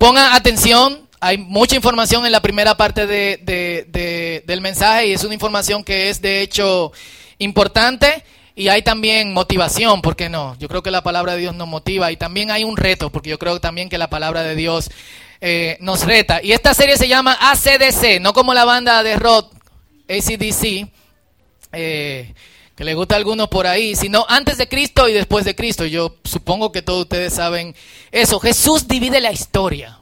Pongan atención, hay mucha información en la primera parte del mensaje y es una información que es de hecho importante y hay también motivación, ¿por qué no? Yo creo que la palabra de Dios nos motiva y también hay un reto, porque yo creo también que la palabra de Dios nos reta. Y esta serie se llama AC/DC, no como la banda de rock AC/DC, que le gusta a algunos por ahí, sino antes de Cristo y después de Cristo. Yo supongo que todos ustedes saben eso. Jesús divide la historia.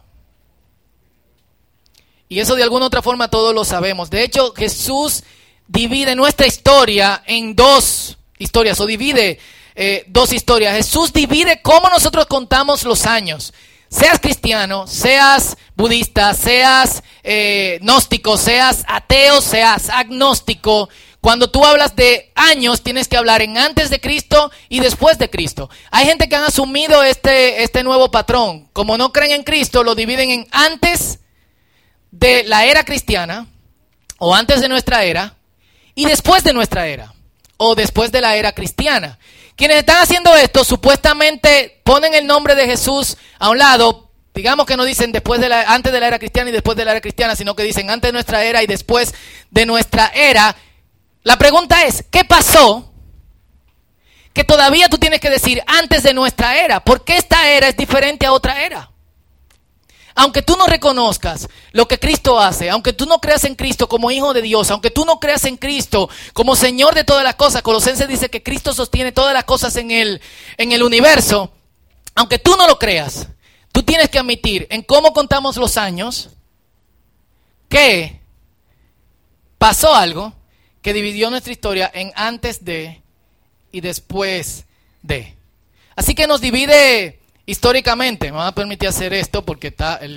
Y eso de alguna otra forma todos lo sabemos. De hecho, Jesús divide nuestra historia en dos historias, o divide dos historias. Jesús divide cómo nosotros contamos los años. Seas cristiano, seas budista, seas gnóstico, seas ateo, seas agnóstico. Cuando tú hablas de años, tienes que hablar en antes de Cristo y después de Cristo. Hay gente que han asumido este nuevo patrón. Como no creen en Cristo, lo dividen en antes de la era cristiana, o antes de nuestra era, y después de nuestra era, o después de la era cristiana. Quienes están haciendo esto, supuestamente ponen el nombre de Jesús a un lado. Digamos que no dicen antes de la era cristiana y después de la era cristiana, sino que dicen antes de nuestra era y después de nuestra era. La pregunta es, ¿qué pasó? Que todavía tú tienes que decir antes de nuestra era. ¿Por qué esta era es diferente a otra era? Aunque tú no reconozcas lo que Cristo hace, aunque tú no creas en Cristo como hijo de Dios, aunque tú no creas en Cristo como Señor de todas las cosas, Colosenses dice que Cristo sostiene todas las cosas en el universo, aunque tú no lo creas, tú tienes que admitir en cómo contamos los años que pasó algo que dividió nuestra historia en antes de y después de. Así que nos divide históricamente. Me van a permitir hacer esto porque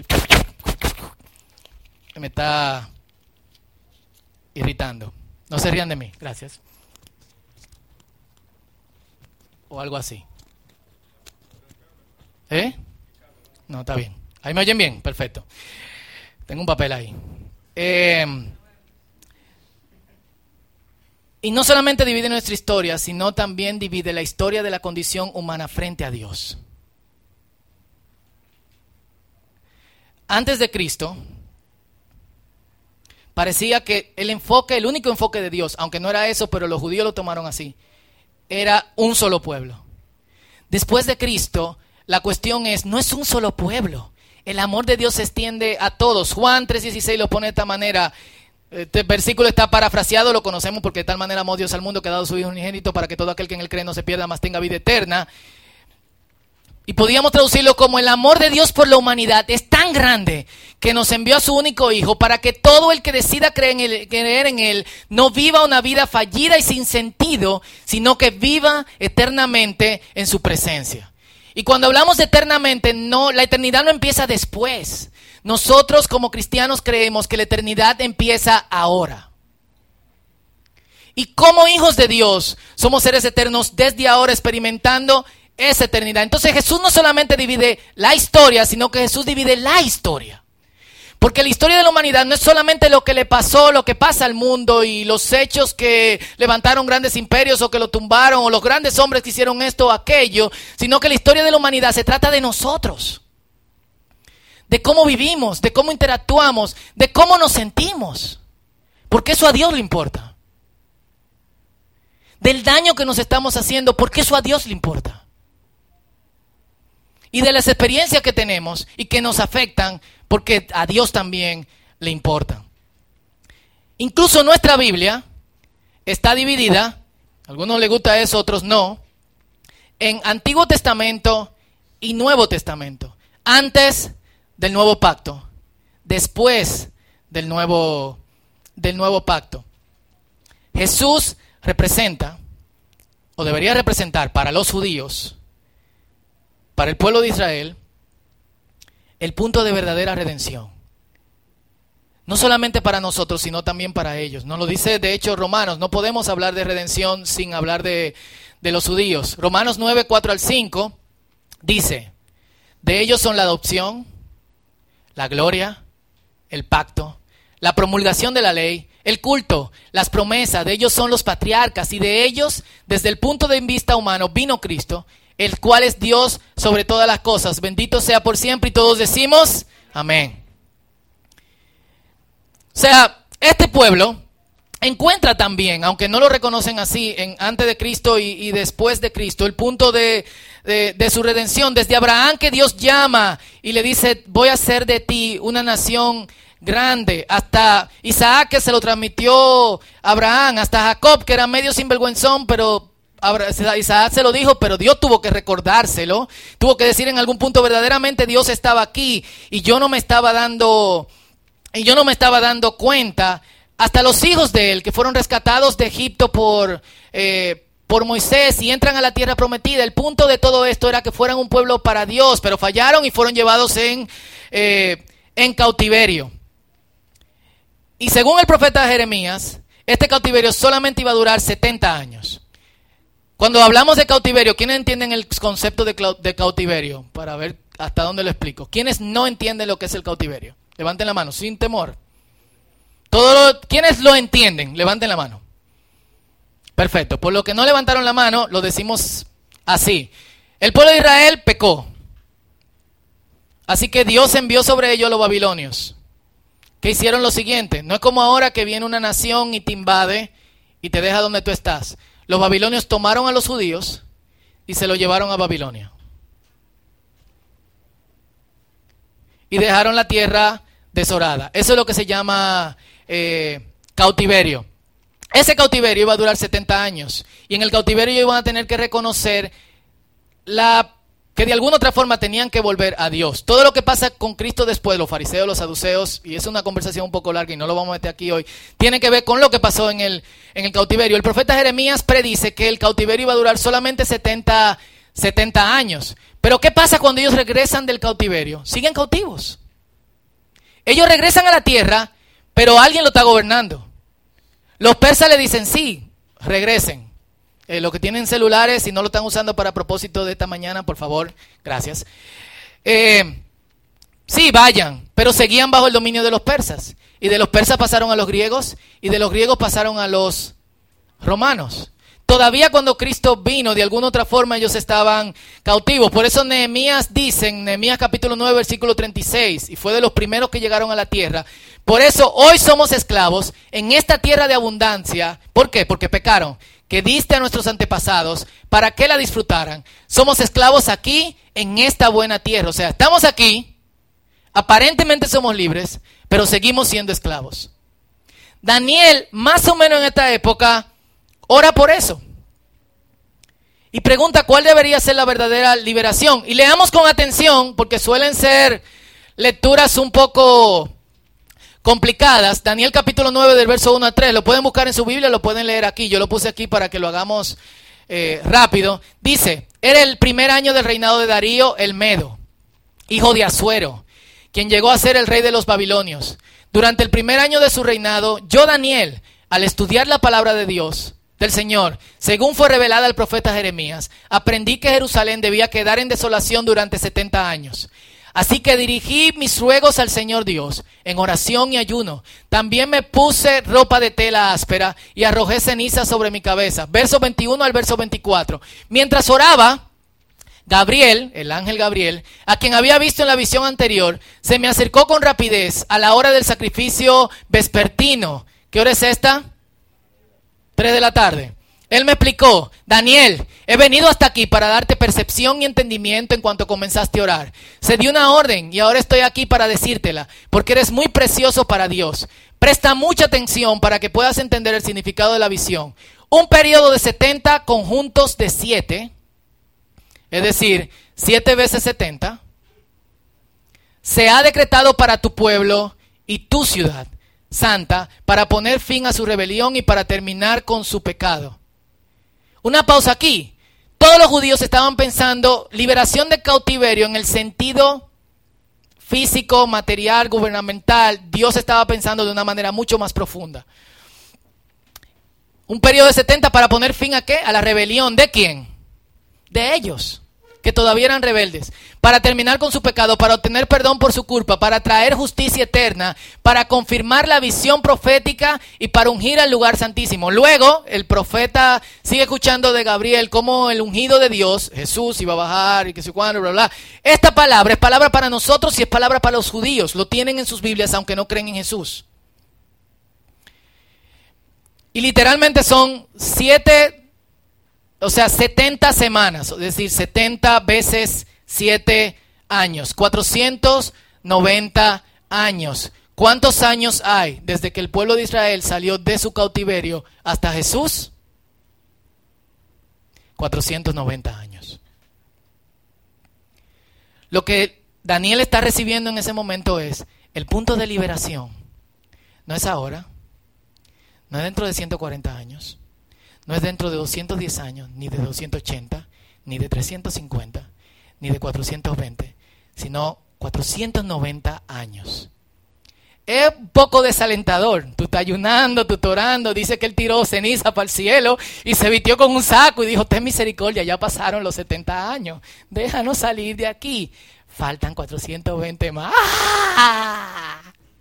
me está irritando. No se rían de mí, gracias. O algo así. No, está bien. Ahí me oyen bien, perfecto. Tengo un papel ahí. Y no solamente divide nuestra historia, sino también divide la historia de la condición humana frente a Dios. Antes de Cristo, parecía que el único enfoque de Dios, aunque no era eso, pero los judíos lo tomaron así, era un solo pueblo. Después de Cristo, la cuestión no es un solo pueblo. El amor de Dios se extiende a todos. Juan 3:16 lo pone de esta manera. Este versículo está parafraseado, lo conocemos porque de tal manera amó Dios al mundo que ha dado su Hijo unigénito para que todo aquel que en él cree no se pierda, mas tenga vida eterna. Y podríamos traducirlo como el amor de Dios por la humanidad es tan grande que nos envió a su único Hijo para que todo el que decida creer en él no viva una vida fallida y sin sentido, sino que viva eternamente en su presencia. Y cuando hablamos de eternamente, la eternidad no empieza después. Nosotros como cristianos creemos que la eternidad empieza ahora. Y como hijos de Dios, somos seres eternos desde ahora experimentando esa eternidad. Entonces Jesús no solamente divide la historia, sino que Jesús divide la historia. Porque la historia de la humanidad no es solamente lo que le pasó, lo que pasa al mundo y los hechos que levantaron grandes imperios o que lo tumbaron o los grandes hombres que hicieron esto o aquello, sino que la historia de la humanidad se trata de nosotros. De cómo vivimos, de cómo interactuamos, de cómo nos sentimos. Porque eso a Dios le importa. Del daño que nos estamos haciendo, porque eso a Dios le importa. Y de las experiencias que tenemos y que nos afectan, porque a Dios también le importan. Incluso nuestra Biblia está dividida, a algunos les gusta eso, a otros no, en Antiguo Testamento y Nuevo Testamento. Antes del nuevo pacto, después del nuevo pacto. Jesús representa, o debería representar para los judíos, para el pueblo de Israel, el punto de verdadera redención. No solamente para nosotros, sino también para ellos. Nos lo dice de hecho Romanos, no podemos hablar de redención sin hablar de los judíos. Romanos 9, 4-5 dice, de ellos son la adopción, la gloria, el pacto, la promulgación de la ley, el culto, las promesas. De ellos son los patriarcas y de ellos, desde el punto de vista humano, vino Cristo, el cual es Dios sobre todas las cosas. Bendito sea por siempre y todos decimos Amén. O sea, este pueblo encuentra también, aunque no lo reconocen así, antes de Cristo y después de Cristo, el punto de su redención. Desde Abraham, que Dios llama y le dice, voy a hacer de ti una nación grande, hasta Isaac, que se lo transmitió Abraham, hasta Jacob, que era medio sinvergüenzón, pero Isaac se lo dijo, pero Dios tuvo que recordárselo, tuvo que decir en algún punto, verdaderamente Dios estaba aquí y yo no me estaba dando cuenta. Hasta los hijos de él, que fueron rescatados de Egipto por Moisés y entran a la tierra prometida. El punto de todo esto era que fueran un pueblo para Dios, pero fallaron y fueron llevados en cautiverio. Y según el profeta Jeremías, este cautiverio solamente iba a durar 70 años. Cuando hablamos de cautiverio, ¿quiénes entienden el concepto de cautiverio? Para ver hasta dónde lo explico. ¿Quiénes no entienden lo que es el cautiverio? Levanten la mano, sin temor. ¿Quiénes lo entienden? Levanten la mano. Perfecto. Por lo que no levantaron la mano, lo decimos así. El pueblo de Israel pecó. Así que Dios envió sobre ellos a los babilonios, que hicieron lo siguiente. No es como ahora que viene una nación y te invade y te deja donde tú estás. Los babilonios tomaron a los judíos y se los llevaron a Babilonia. Y dejaron la tierra desolada. Eso es lo que se llama cautiverio. Ese cautiverio iba a durar 70 años. Y en el cautiverio iban a tener que reconocer que de alguna otra forma tenían que volver a Dios. Todo lo que pasa con Cristo después, los fariseos, los saduceos, y es una conversación un poco larga y no lo vamos a meter aquí hoy, tiene que ver con lo que pasó en el cautiverio. El profeta Jeremías predice que el cautiverio iba a durar solamente 70 años. Pero ¿qué pasa cuando ellos regresan del cautiverio? Siguen cautivos. Ellos regresan a la tierra, pero alguien lo está gobernando. Los persas le dicen, sí, regresen. Los que tienen celulares y no lo están usando para propósito de esta mañana, por favor, gracias. Sí, vayan, pero seguían bajo el dominio de los persas. Y de los persas pasaron a los griegos, y de los griegos pasaron a los romanos. Todavía cuando Cristo vino, de alguna otra forma ellos estaban cautivos. Por eso Nehemías dice, en Nehemías capítulo 9, versículo 36, y fue de los primeros que llegaron a la tierra. Por eso hoy somos esclavos en esta tierra de abundancia. ¿Por qué? Porque pecaron, que diste a nuestros antepasados para que la disfrutaran. Somos esclavos aquí en esta buena tierra. O sea, estamos aquí, aparentemente somos libres, pero seguimos siendo esclavos. Daniel, más o menos en esta época, ora por eso. Y pregunta cuál debería ser la verdadera liberación. Y leamos con atención, porque suelen ser lecturas un poco complicadas. Daniel capítulo 9 del verso 1 a 3. Lo pueden buscar en su Biblia, lo pueden leer aquí. Yo lo puse aquí para que lo hagamos rápido. Dice, era el primer año del reinado de Darío el Medo, hijo de Asuero, quien llegó a ser el rey de los babilonios. Durante el primer año de su reinado, yo, Daniel, al estudiar la palabra de Dios, del Señor, según fue revelada al profeta Jeremías, aprendí que Jerusalén debía quedar en desolación durante 70 años. Así que dirigí mis ruegos al Señor Dios en oración y ayuno. También me puse ropa de tela áspera y arrojé ceniza sobre mi cabeza. Verso 21 al verso 24. Mientras oraba, Gabriel, el ángel Gabriel, a quien había visto en la visión anterior, se me acercó con rapidez a la hora del sacrificio vespertino. ¿Qué hora es esta? 3 de la tarde. Él me explicó, Daniel, he venido hasta aquí para darte percepción y entendimiento en cuanto comenzaste a orar. Se dio una orden y ahora estoy aquí para decírtela, porque eres muy precioso para Dios. Presta mucha atención para que puedas entender el significado de la visión. Un periodo de 70 conjuntos de 7, es decir, 7 veces 70, se ha decretado para tu pueblo y tu ciudad santa, para poner fin a su rebelión y para terminar con su pecado. Una pausa aquí. Todos los judíos estaban pensando liberación de cautiverio en el sentido físico, material, gubernamental. Dios estaba pensando de una manera mucho más profunda. Un periodo de 70 para poner fin ¿a qué? A la rebelión. ¿De quién? De ellos. que todavía eran rebeldes, para terminar con su pecado, para obtener perdón por su culpa, para traer justicia eterna, para confirmar la visión profética y para ungir al lugar santísimo. Luego, el profeta sigue escuchando de Gabriel cómo el ungido de Dios, Jesús, iba a bajar y que sé cuándo, bla, bla. Esta palabra es palabra para nosotros y es palabra para los judíos. Lo tienen en sus Biblias, aunque no creen en Jesús. Y literalmente son 70 semanas, es decir, 70 veces 7 años, 490 años. ¿Cuántos años hay desde que el pueblo de Israel salió de su cautiverio hasta Jesús? 490 años. Lo que Daniel está recibiendo en ese momento es el punto de liberación. No es ahora, no es dentro de 140 años. No es dentro de 210 años, ni de 280, ni de 350, ni de 420, sino 490 años. Es un poco desalentador. Tú estás ayunando, tú estás orando, dice que él tiró ceniza para el cielo y se vistió con un saco y dijo, ten misericordia, ya pasaron los 70 años, déjanos salir de aquí. Faltan 420 más. ¡Ah!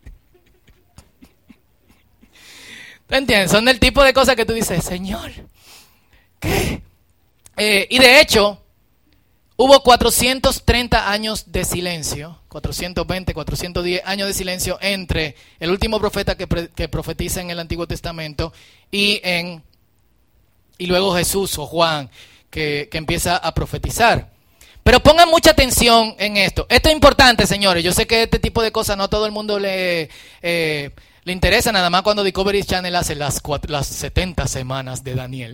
¿Te entiendes? Son del tipo de cosas que tú dices, Señor, ¿qué? Y de hecho, hubo 430 años de silencio, 420, 410 años de silencio entre el último profeta que profetiza en el Antiguo Testamento y luego Jesús o Juan que empieza a profetizar. Pero pongan mucha atención en esto. Esto es importante, señores. Yo sé que este tipo de cosas no a todo el mundo le interesa, nada más cuando Discovery Channel hace las 70 semanas de Daniel.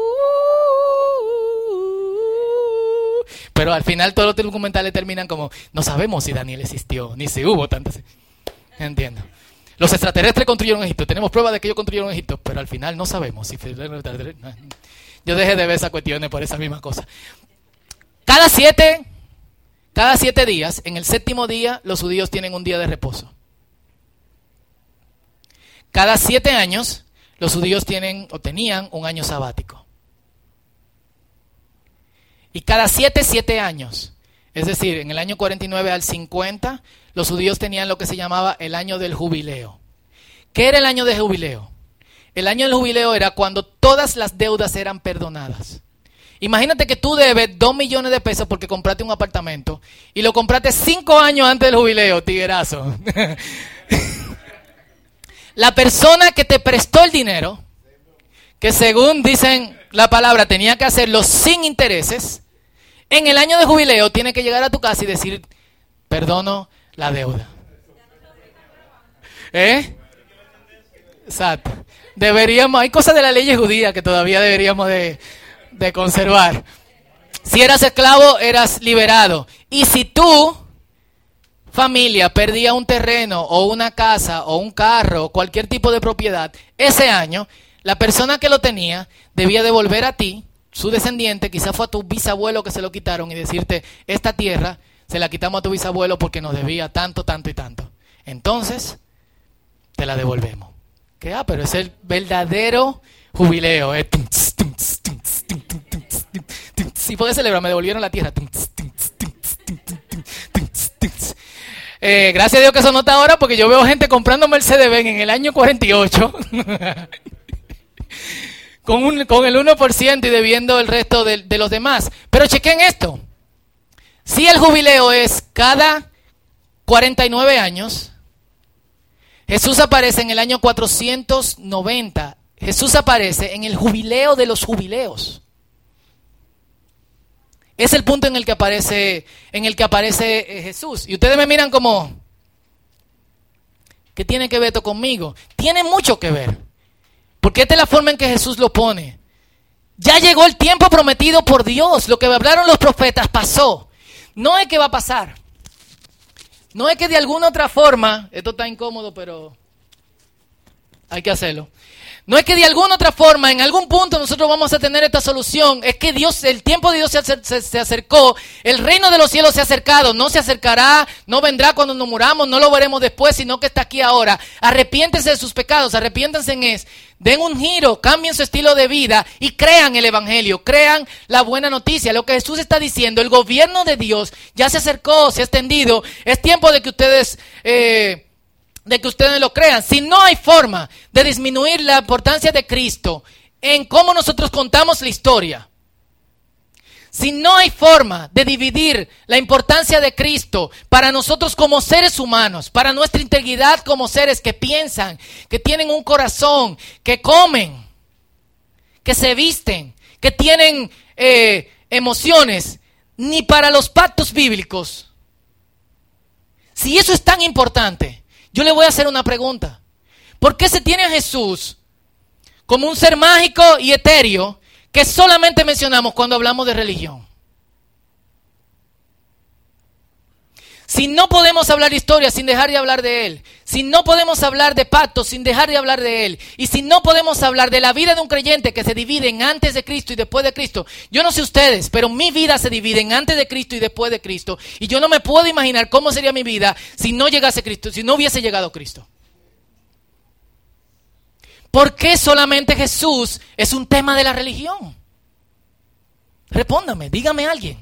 Pero al final todos los documentales terminan como, no sabemos si Daniel existió, ni si hubo tantas. Entiendo. Los extraterrestres construyeron Egipto, tenemos pruebas de que ellos construyeron Egipto, pero al final no sabemos si... Yo dejé de ver esas cuestiones por esa misma cosa. Cada siete días, en el séptimo día, los judíos tienen un día de reposo. Cada 7 años, los judíos tenían un año sabático. Y cada 7 años, es decir, en el año 49 al 50, los judíos tenían lo que se llamaba el año del jubileo. ¿Qué era el año del jubileo? El año del jubileo era cuando todas las deudas eran perdonadas. Imagínate que tú debes 2 millones de pesos porque compraste un apartamento y lo compraste 5 años antes del jubileo, tiguerazo. La persona que te prestó el dinero, que según dicen la palabra tenía que hacerlo sin intereses, en el año de jubileo tiene que llegar a tu casa y decir, perdono la deuda. Exacto. Hay cosas de la ley judía que todavía deberíamos de conservar. Si eras esclavo, eras liberado. Y si tú, familia, perdía un terreno o una casa o un carro o cualquier tipo de propiedad, ese año, la persona que lo tenía debía devolver a ti, su descendiente, quizás fue a tu bisabuelo que se lo quitaron y decirte, esta tierra se la quitamos a tu bisabuelo porque nos debía tanto, tanto y tanto. Entonces, te la devolvemos. Pero es el verdadero jubileo. Si podés celebrar, me devolvieron la tierra. Gracias a Dios que eso no está ahora, porque yo veo gente comprando Mercedes-Benz en el año 48 con el 1% y debiendo el resto de los demás. Pero chequen esto. Si el jubileo es cada 49 años, Jesús aparece en el año 490. Jesús aparece en el jubileo de los jubileos. Es el punto en el que aparece Jesús. Y ustedes me miran como, ¿qué tiene que ver esto conmigo? Tiene mucho que ver. Porque esta es la forma en que Jesús lo pone. Ya llegó el tiempo prometido por Dios. Lo que hablaron los profetas pasó. No es que va a pasar. No es que de alguna otra forma, esto está incómodo, pero hay que hacerlo. No es que de alguna otra forma, en algún punto nosotros vamos a tener esta solución. Es que Dios, el tiempo de Dios se acercó. El reino de los cielos se ha acercado. No se acercará, no vendrá cuando nos muramos, no lo veremos después, sino que está aquí ahora. Arrepiéntense de sus pecados, arrepiéntanse en eso. Den un giro, cambien su estilo de vida y crean el evangelio, crean la buena noticia. Lo que Jesús está diciendo, el gobierno de Dios ya se acercó, se ha extendido. Es tiempo de que ustedes lo crean. Si no hay forma de disminuir la importancia de Cristo en cómo nosotros contamos la historia, si no hay forma de dividir la importancia de Cristo para nosotros como seres humanos, para nuestra integridad como seres que piensan, que tienen un corazón, que comen, que se visten, que tienen emociones, ni para los pactos bíblicos, si eso es tan importante, yo le voy a hacer una pregunta. ¿Por qué se tiene a Jesús como un ser mágico y etéreo que solamente mencionamos cuando hablamos de religión? Si no podemos hablar de historia sin dejar de hablar de Él, si no podemos hablar de pactos sin dejar de hablar de Él, y si no podemos hablar de la vida de un creyente que se divide en antes de Cristo y después de Cristo, yo no sé ustedes, pero mi vida se divide en antes de Cristo y después de Cristo, y yo no me puedo imaginar cómo sería mi vida si no llegase Cristo, si no hubiese llegado Cristo. ¿Por qué solamente Jesús es un tema de la religión? Respóndame, dígame a alguien.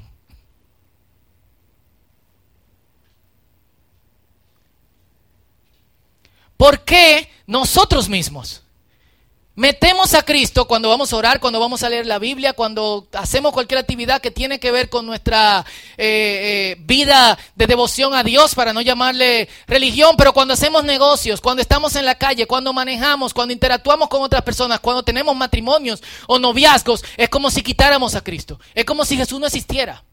¿Por qué nosotros mismos metemos a Cristo cuando vamos a orar, cuando vamos a leer la Biblia, cuando hacemos cualquier actividad que tiene que ver con nuestra vida de devoción a Dios, para no llamarle religión, pero cuando hacemos negocios, cuando estamos en la calle, cuando manejamos, cuando interactuamos con otras personas, cuando tenemos matrimonios o noviazgos, es como si quitáramos a Cristo, es como si Jesús no existiera?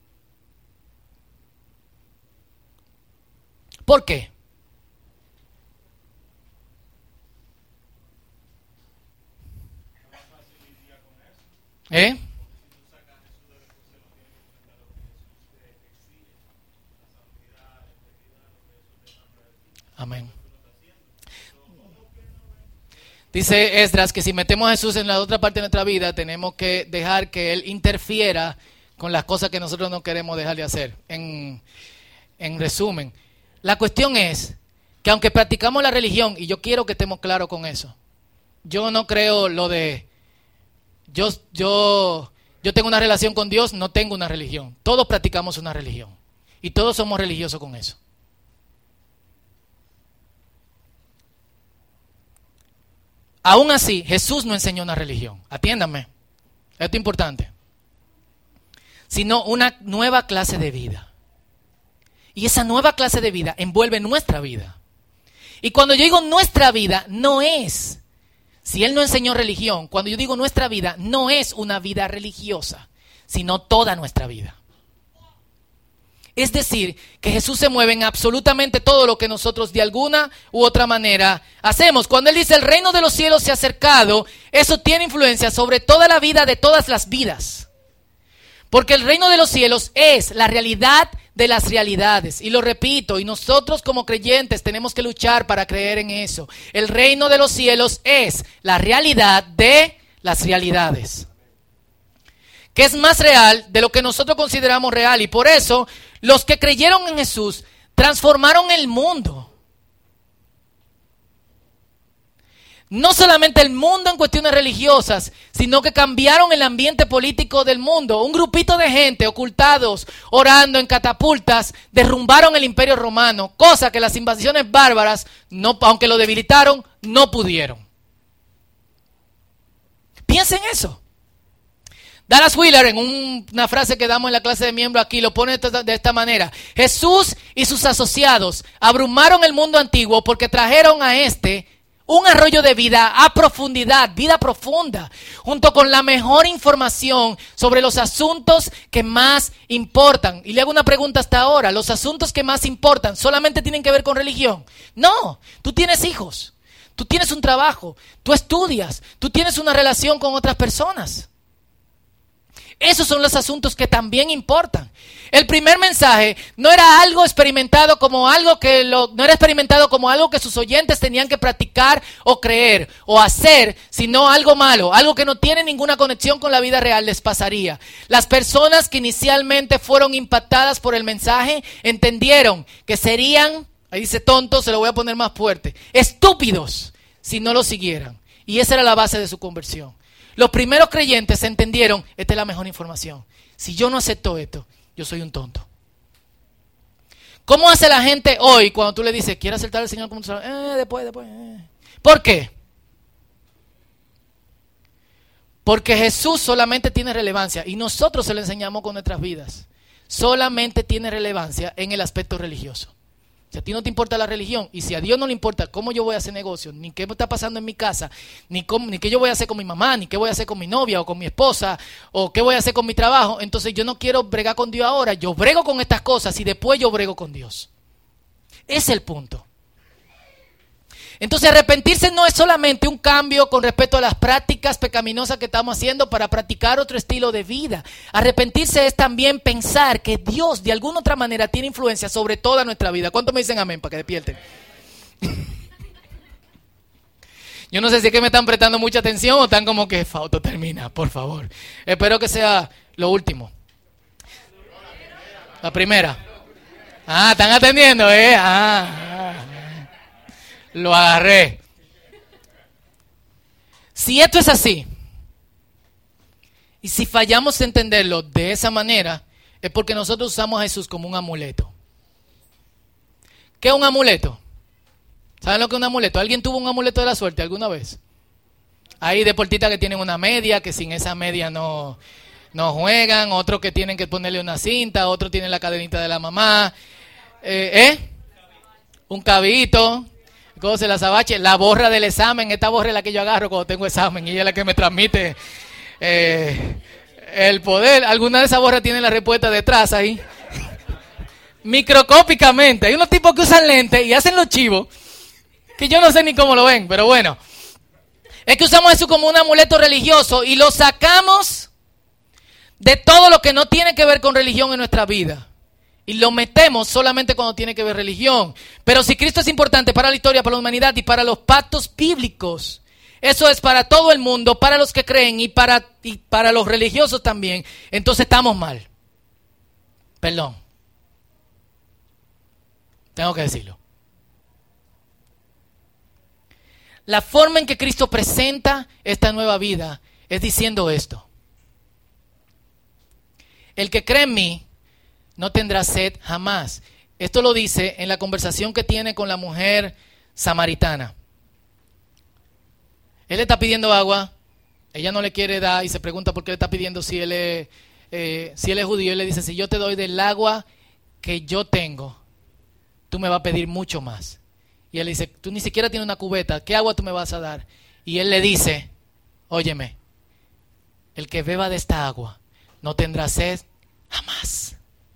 ¿Por qué? Amén. Dice Esdras que si metemos a Jesús en la otra parte de nuestra vida, tenemos que dejar que Él interfiera con las cosas que nosotros no queremos dejar de hacer. En resumen, la cuestión es que aunque practicamos la religión, y yo quiero que estemos claros con eso, yo no creo lo de yo tengo una relación con Dios, no tengo una religión. Todos practicamos una religión y todos somos religiosos con eso. Aún así, Jesús no enseñó una religión. Atiéndanme, esto es importante. Sino una nueva clase de vida. Y esa nueva clase de vida envuelve nuestra vida. Y cuando yo digo nuestra vida, no es, si Él no enseñó religión, cuando yo digo nuestra vida, no es una vida religiosa, sino toda nuestra vida. Es decir, que Jesús se mueve en absolutamente todo lo que nosotros de alguna u otra manera hacemos. Cuando Él dice el reino de los cielos se ha acercado, eso tiene influencia sobre toda la vida de todas las vidas. Porque el reino de los cielos es la realidad de las realidades. Y lo repito, y nosotros como creyentes tenemos que luchar para creer en eso. El reino de los cielos es la realidad de las realidades. Que es más real de lo que nosotros consideramos real. Y por eso, los que creyeron en Jesús transformaron el mundo. No solamente el mundo en cuestiones religiosas, sino que cambiaron el ambiente político del mundo. Un grupito de gente ocultados, orando en catapultas, derrumbaron el imperio romano, cosa que las invasiones bárbaras, no, aunque lo debilitaron, no pudieron. Piensen eso. Dallas Willard, en una frase que damos en la clase de miembros aquí, lo pone de esta manera. Jesús y sus asociados abrumaron el mundo antiguo porque trajeron a un arroyo de vida a profundidad, vida profunda, junto con la mejor información sobre los asuntos que más importan. Y le hago una pregunta hasta ahora, ¿los asuntos que más importan solamente tienen que ver con religión? No, tú tienes hijos, tú tienes un trabajo, tú estudias, tú tienes una relación con otras personas. Esos son los asuntos que también importan. El primer mensaje no era algo experimentado como algo que no era experimentado como algo que sus oyentes tenían que practicar o creer o hacer, sino algo malo, algo que no tiene ninguna conexión con la vida real les pasaría. Las personas que inicialmente fueron impactadas por el mensaje entendieron que serían, ahí dice tontos, se lo voy a poner más fuerte, estúpidos si no lo siguieran. Y esa era la base de su conversión. Los primeros creyentes entendieron, esta es la mejor información. Si yo no acepto esto, yo soy un tonto. ¿Cómo hace la gente hoy cuando tú le dices, ¿quieres aceptar al Señor como tu Salvador? Después. ¿Por qué? Porque Jesús solamente tiene relevancia y nosotros se lo enseñamos con nuestras vidas. Solamente tiene relevancia en el aspecto religioso. Si a ti no te importa la religión y si a Dios no le importa cómo yo voy a hacer negocio, ni qué está pasando en mi casa, ni qué yo voy a hacer con mi mamá, ni qué voy a hacer con mi novia o con mi esposa, o qué voy a hacer con mi trabajo, entonces yo no quiero bregar con Dios ahora, yo brego con estas cosas y después yo brego con Dios. Ese es el punto. Entonces arrepentirse no es solamente un cambio con respecto a las prácticas pecaminosas que estamos haciendo para practicar otro estilo de vida. Arrepentirse es también pensar que Dios de alguna otra manera tiene influencia sobre toda nuestra vida. ¿Cuántos me dicen amén para que despierten? Yo no sé si es que me están prestando mucha atención o están como que Fausto termina, por favor. Espero que sea lo último. La primera. ¿Están atendiendo, Lo agarré. Si esto es así, y si fallamos en entenderlo de esa manera, es porque nosotros usamos a Jesús como un amuleto. ¿Qué es un amuleto? ¿Saben lo que es un amuleto? ¿Alguien tuvo un amuleto de la suerte alguna vez? Hay deportistas que tienen una media, que sin esa media no juegan, otros que tienen que ponerle una cinta, otros tienen la cadenita de la mamá, un cabito. ¿Cómo se las abache? La borra del examen. Esta borra es la que yo agarro cuando tengo examen y ella es la que me transmite el poder. Alguna de esas borras tiene la respuesta detrás ahí. Microscópicamente. Hay unos tipos que usan lentes y hacen los chivos que yo no sé ni cómo lo ven, pero bueno. Es que usamos eso como un amuleto religioso y lo sacamos de todo lo que no tiene que ver con religión en nuestra vida. Y lo metemos solamente cuando tiene que ver religión. Pero si Cristo es importante para la historia, para la humanidad y para los pactos bíblicos, eso es para todo el mundo, para los que creen y para los religiosos también, entonces estamos mal. Perdón. Tengo que decirlo. La forma en que Cristo presenta esta nueva vida es diciendo esto. El que cree en mí no tendrá sed jamás. Esto lo dice en la conversación que tiene con la mujer samaritana. Él le está pidiendo agua, ella no le quiere dar y se pregunta por qué le está pidiendo si él es judío. Él le dice, si yo te doy del agua que yo tengo, tú me vas a pedir mucho más. Y él le dice, tú ni siquiera tienes una cubeta, ¿qué agua tú me vas a dar? Y él le dice, óyeme, el que beba de esta agua no tendrá sed jamás.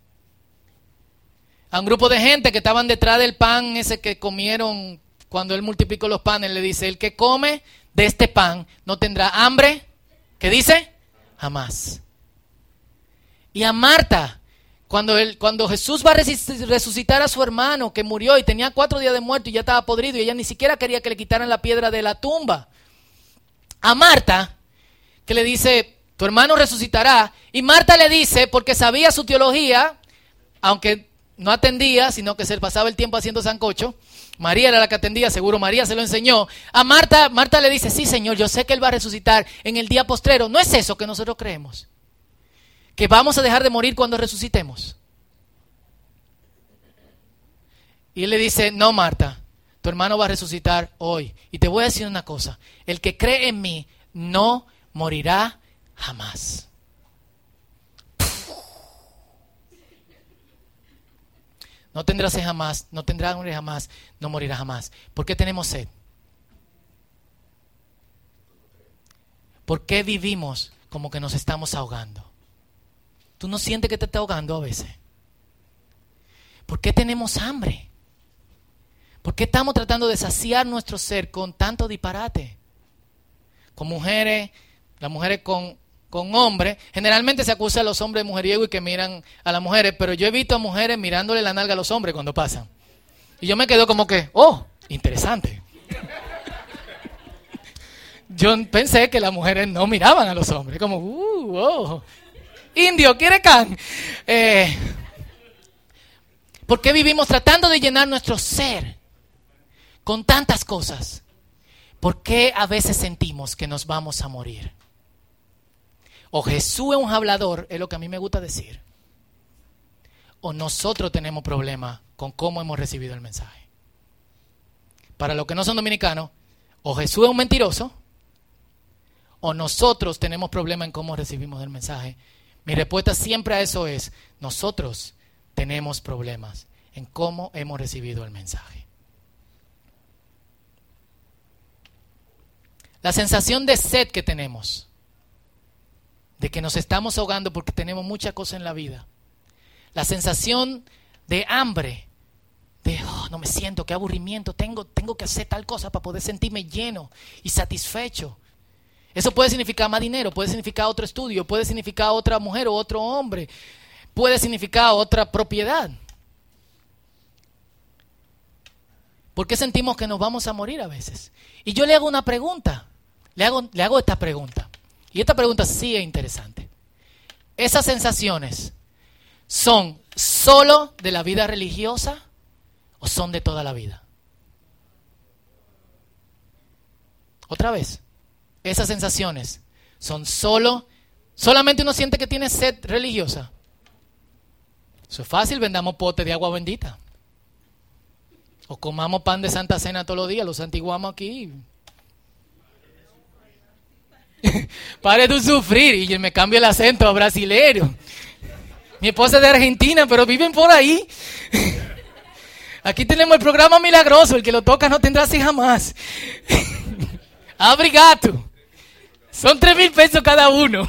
A un grupo de gente que estaban detrás del pan ese que comieron cuando él multiplicó los panes, le dice, el que come de este pan no tendrá hambre, ¿qué dice? Jamás. Y a Marta, cuando Jesús va a resucitar a su hermano que murió y tenía 4 días de muerto y ya estaba podrido y ella ni siquiera quería que le quitaran la piedra de la tumba. A Marta, que le dice, tu hermano resucitará, y Marta le dice, porque sabía su teología, aunque no atendía, sino que se pasaba el tiempo haciendo sancocho. María era la que atendía, seguro María se lo enseñó. A Marta le dice, sí Señor, yo sé que Él va a resucitar en el día postrero. ¿No es eso que nosotros creemos? ¿Que vamos a dejar de morir cuando resucitemos? Y Él le dice, no Marta, tu hermano va a resucitar hoy. Y te voy a decir una cosa, el que cree en mí no morirá jamás. No tendrá sed jamás, no tendrá hambre jamás, no morirá jamás. ¿Por qué tenemos sed? ¿Por qué vivimos como que nos estamos ahogando? ¿Tú no sientes que te estás ahogando a veces? ¿Por qué tenemos hambre? ¿Por qué estamos tratando de saciar nuestro ser con tanto disparate? Con mujeres, las mujeres con con hombres, generalmente se acusa a los hombres de mujeriego y que miran a las mujeres, pero yo he visto a mujeres mirándole la nalga a los hombres cuando pasan. Y yo me quedo como que, oh, interesante. Yo pensé que las mujeres no miraban a los hombres, como, oh, indio, ¿quiere can? ¿Por qué vivimos tratando de llenar nuestro ser con tantas cosas? ¿Por qué a veces sentimos que nos vamos a morir? O Jesús es un hablador, es lo que a mí me gusta decir. O nosotros tenemos problemas con cómo hemos recibido el mensaje. Para los que no son dominicanos, o Jesús es un mentiroso, o nosotros tenemos problemas en cómo recibimos el mensaje. Mi respuesta siempre a eso es, nosotros tenemos problemas en cómo hemos recibido el mensaje. La sensación de sed que tenemos, de que nos estamos ahogando porque tenemos muchas cosas en la vida. La sensación de hambre, de no me siento, qué aburrimiento, tengo que hacer tal cosa para poder sentirme lleno y satisfecho. Eso puede significar más dinero, puede significar otro estudio, puede significar otra mujer o otro hombre, puede significar otra propiedad. ¿Por qué sentimos que nos vamos a morir a veces? Y yo le hago una pregunta, le hago esta pregunta. Y esta pregunta sí es interesante. ¿Esas sensaciones son solo de la vida religiosa o son de toda la vida? Otra vez, esas sensaciones son solamente uno siente que tiene sed religiosa. Eso es fácil, vendamos potes de agua bendita. O comamos pan de Santa Cena todos los días, los santiguamos aquí. Pare de sufrir, y me cambio el acento a brasileño. Mi esposa es de Argentina, pero viven por ahí. Aquí tenemos el programa milagroso, el que lo toca no tendrá así jamás. Abrigato. Son 3,000 pesos cada uno.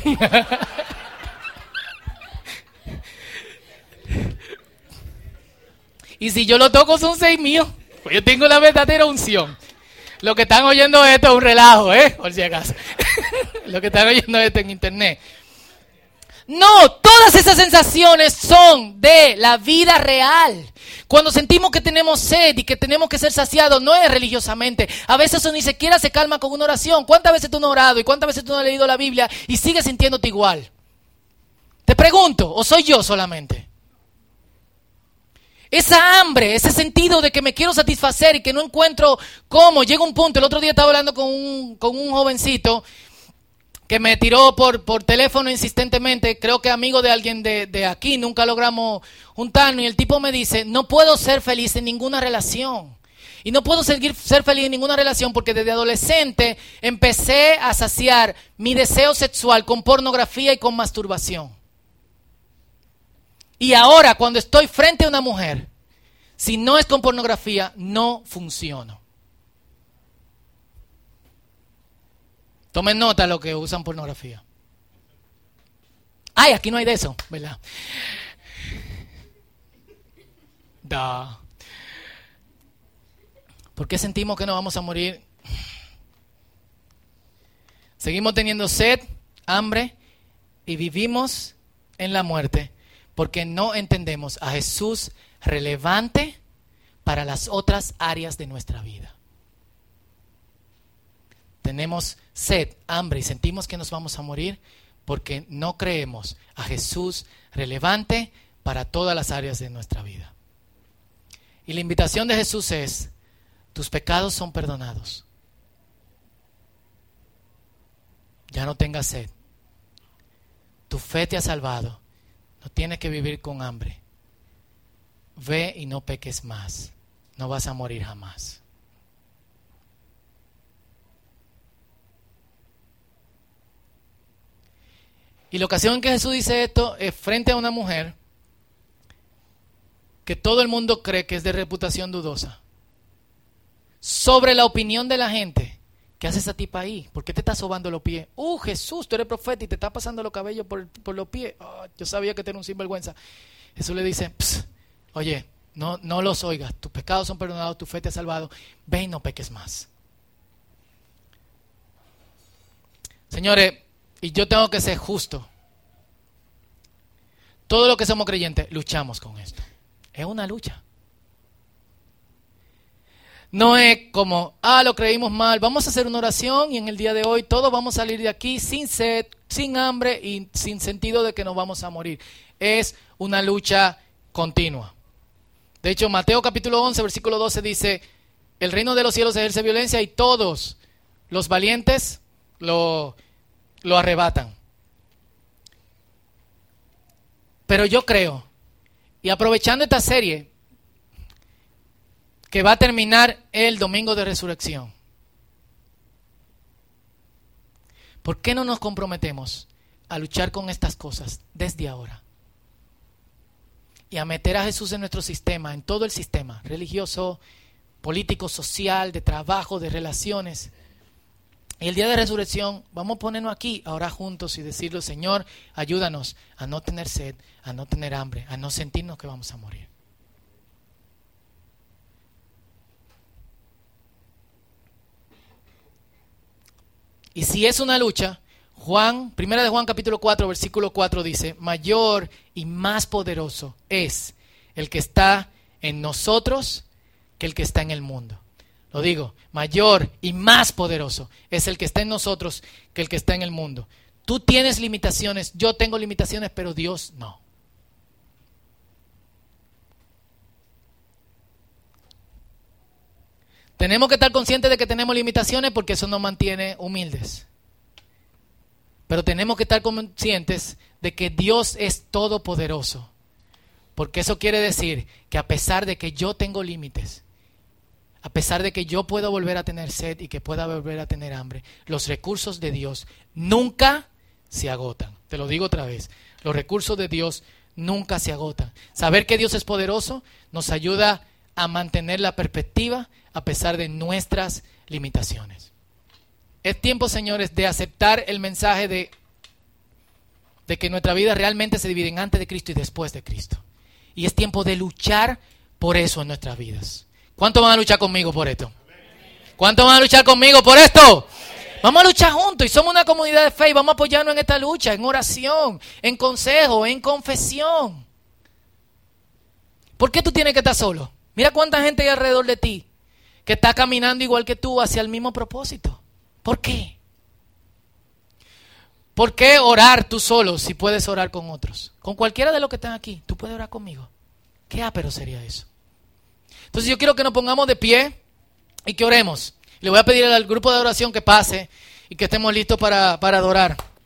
Y si yo lo toco son 6,000. Pues yo tengo la verdadera unción. Lo que están oyendo esto es un relajo, por si acaso. Lo que están oyendo esto en internet. No, todas esas sensaciones son de la vida real. Cuando sentimos que tenemos sed y que tenemos que ser saciados, no es religiosamente. A veces eso ni siquiera se calma con una oración. ¿Cuántas veces tú no has orado y cuántas veces tú no has leído la Biblia y sigues sintiéndote igual? Te pregunto, ¿o soy yo solamente? Esa hambre, ese sentido de que me quiero satisfacer y que no encuentro cómo. Llega un punto, el otro día estaba hablando con un jovencito que me tiró por teléfono insistentemente, creo que amigo de alguien de aquí, nunca logramos juntarnos, y el tipo me dice, no puedo ser feliz en ninguna relación. Y no puedo ser feliz en ninguna relación porque desde adolescente empecé a saciar mi deseo sexual con pornografía y con masturbación. Y ahora, cuando estoy frente a una mujer, si no es con pornografía, no funciono. Tomen nota de lo que usan pornografía. Ay, aquí no hay de eso, ¿verdad? ¿Por qué sentimos que nos vamos a morir? Seguimos teniendo sed, hambre y vivimos en la muerte porque no entendemos a Jesús relevante para las otras áreas de nuestra vida. Tenemos sed, hambre y sentimos que nos vamos a morir porque no creemos a Jesús relevante para todas las áreas de nuestra vida. Y la invitación de Jesús es, tus pecados son perdonados. Ya no tengas sed. Tu fe te ha salvado. No tienes que vivir con hambre. Ve y no peques más. No vas a morir jamás. Y la ocasión en que Jesús dice esto es frente a una mujer que todo el mundo cree que es de reputación dudosa. Sobre la opinión de la gente. ¿Qué hace esa tipa ahí? ¿Por qué te estás sobando los pies? Jesús, tú eres profeta y te estás pasando los cabellos por los pies. Yo sabía que tú eres un sinvergüenza. Jesús le dice, oye, no los oigas. Tus pecados son perdonados, tu fe te ha salvado. Ve y no peques más. Señores, y yo tengo que ser justo. Todo lo que somos creyentes, luchamos con esto. Es una lucha. No es como, lo creímos mal, vamos a hacer una oración y en el día de hoy todos vamos a salir de aquí sin sed, sin hambre y sin sentido de que nos vamos a morir. Es una lucha continua. De hecho, Mateo capítulo 11, versículo 12 dice, el reino de los cielos ejerce violencia y todos los valientes lo arrebatan. Pero yo creo, y aprovechando esta serie, que va a terminar el domingo de resurrección, ¿por qué no nos comprometemos a luchar con estas cosas desde ahora? Y a meter a Jesús en nuestro sistema, en todo el sistema, religioso, político, social, de trabajo, de relaciones. Y el día de resurrección vamos a ponernos aquí, a orar juntos y decirle, Señor, ayúdanos a no tener sed, a no tener hambre, a no sentirnos que vamos a morir. Y si es una lucha, Primera de Juan capítulo 4, versículo 4 dice, mayor y más poderoso es el que está en nosotros que el que está en el mundo. Lo digo, mayor y más poderoso es el que está en nosotros que el que está en el mundo. Tú tienes limitaciones, yo tengo limitaciones, pero Dios no. Tenemos que estar conscientes de que tenemos limitaciones porque eso nos mantiene humildes. Pero tenemos que estar conscientes de que Dios es todopoderoso. Porque eso quiere decir que a pesar de que yo tengo límites, a pesar de que yo puedo volver a tener sed y que pueda volver a tener hambre, los recursos de Dios nunca se agotan. Te lo digo otra vez, los recursos de Dios nunca se agotan. Saber que Dios es poderoso nos ayuda a mantener la perspectiva a pesar de nuestras limitaciones. Es tiempo, señores, de aceptar el mensaje de que nuestra vida realmente se divide en antes de Cristo y después de Cristo. Y es tiempo de luchar por eso en nuestras vidas. ¿Cuántos van a luchar conmigo por esto? ¿Cuántos van a luchar conmigo por esto? Vamos a luchar juntos y somos una comunidad de fe y vamos a apoyarnos en esta lucha, en oración, en consejo, en confesión. ¿Por qué tú tienes que estar solo? Mira cuánta gente hay alrededor de ti que está caminando igual que tú hacia el mismo propósito. ¿Por qué? ¿Por qué orar tú solo si puedes orar con otros? Con cualquiera de los que están aquí, tú puedes orar conmigo. ¿Qué ápero sería eso? Entonces yo quiero que nos pongamos de pie y que oremos. Le voy a pedir al grupo de oración que pase y que estemos listos para adorar.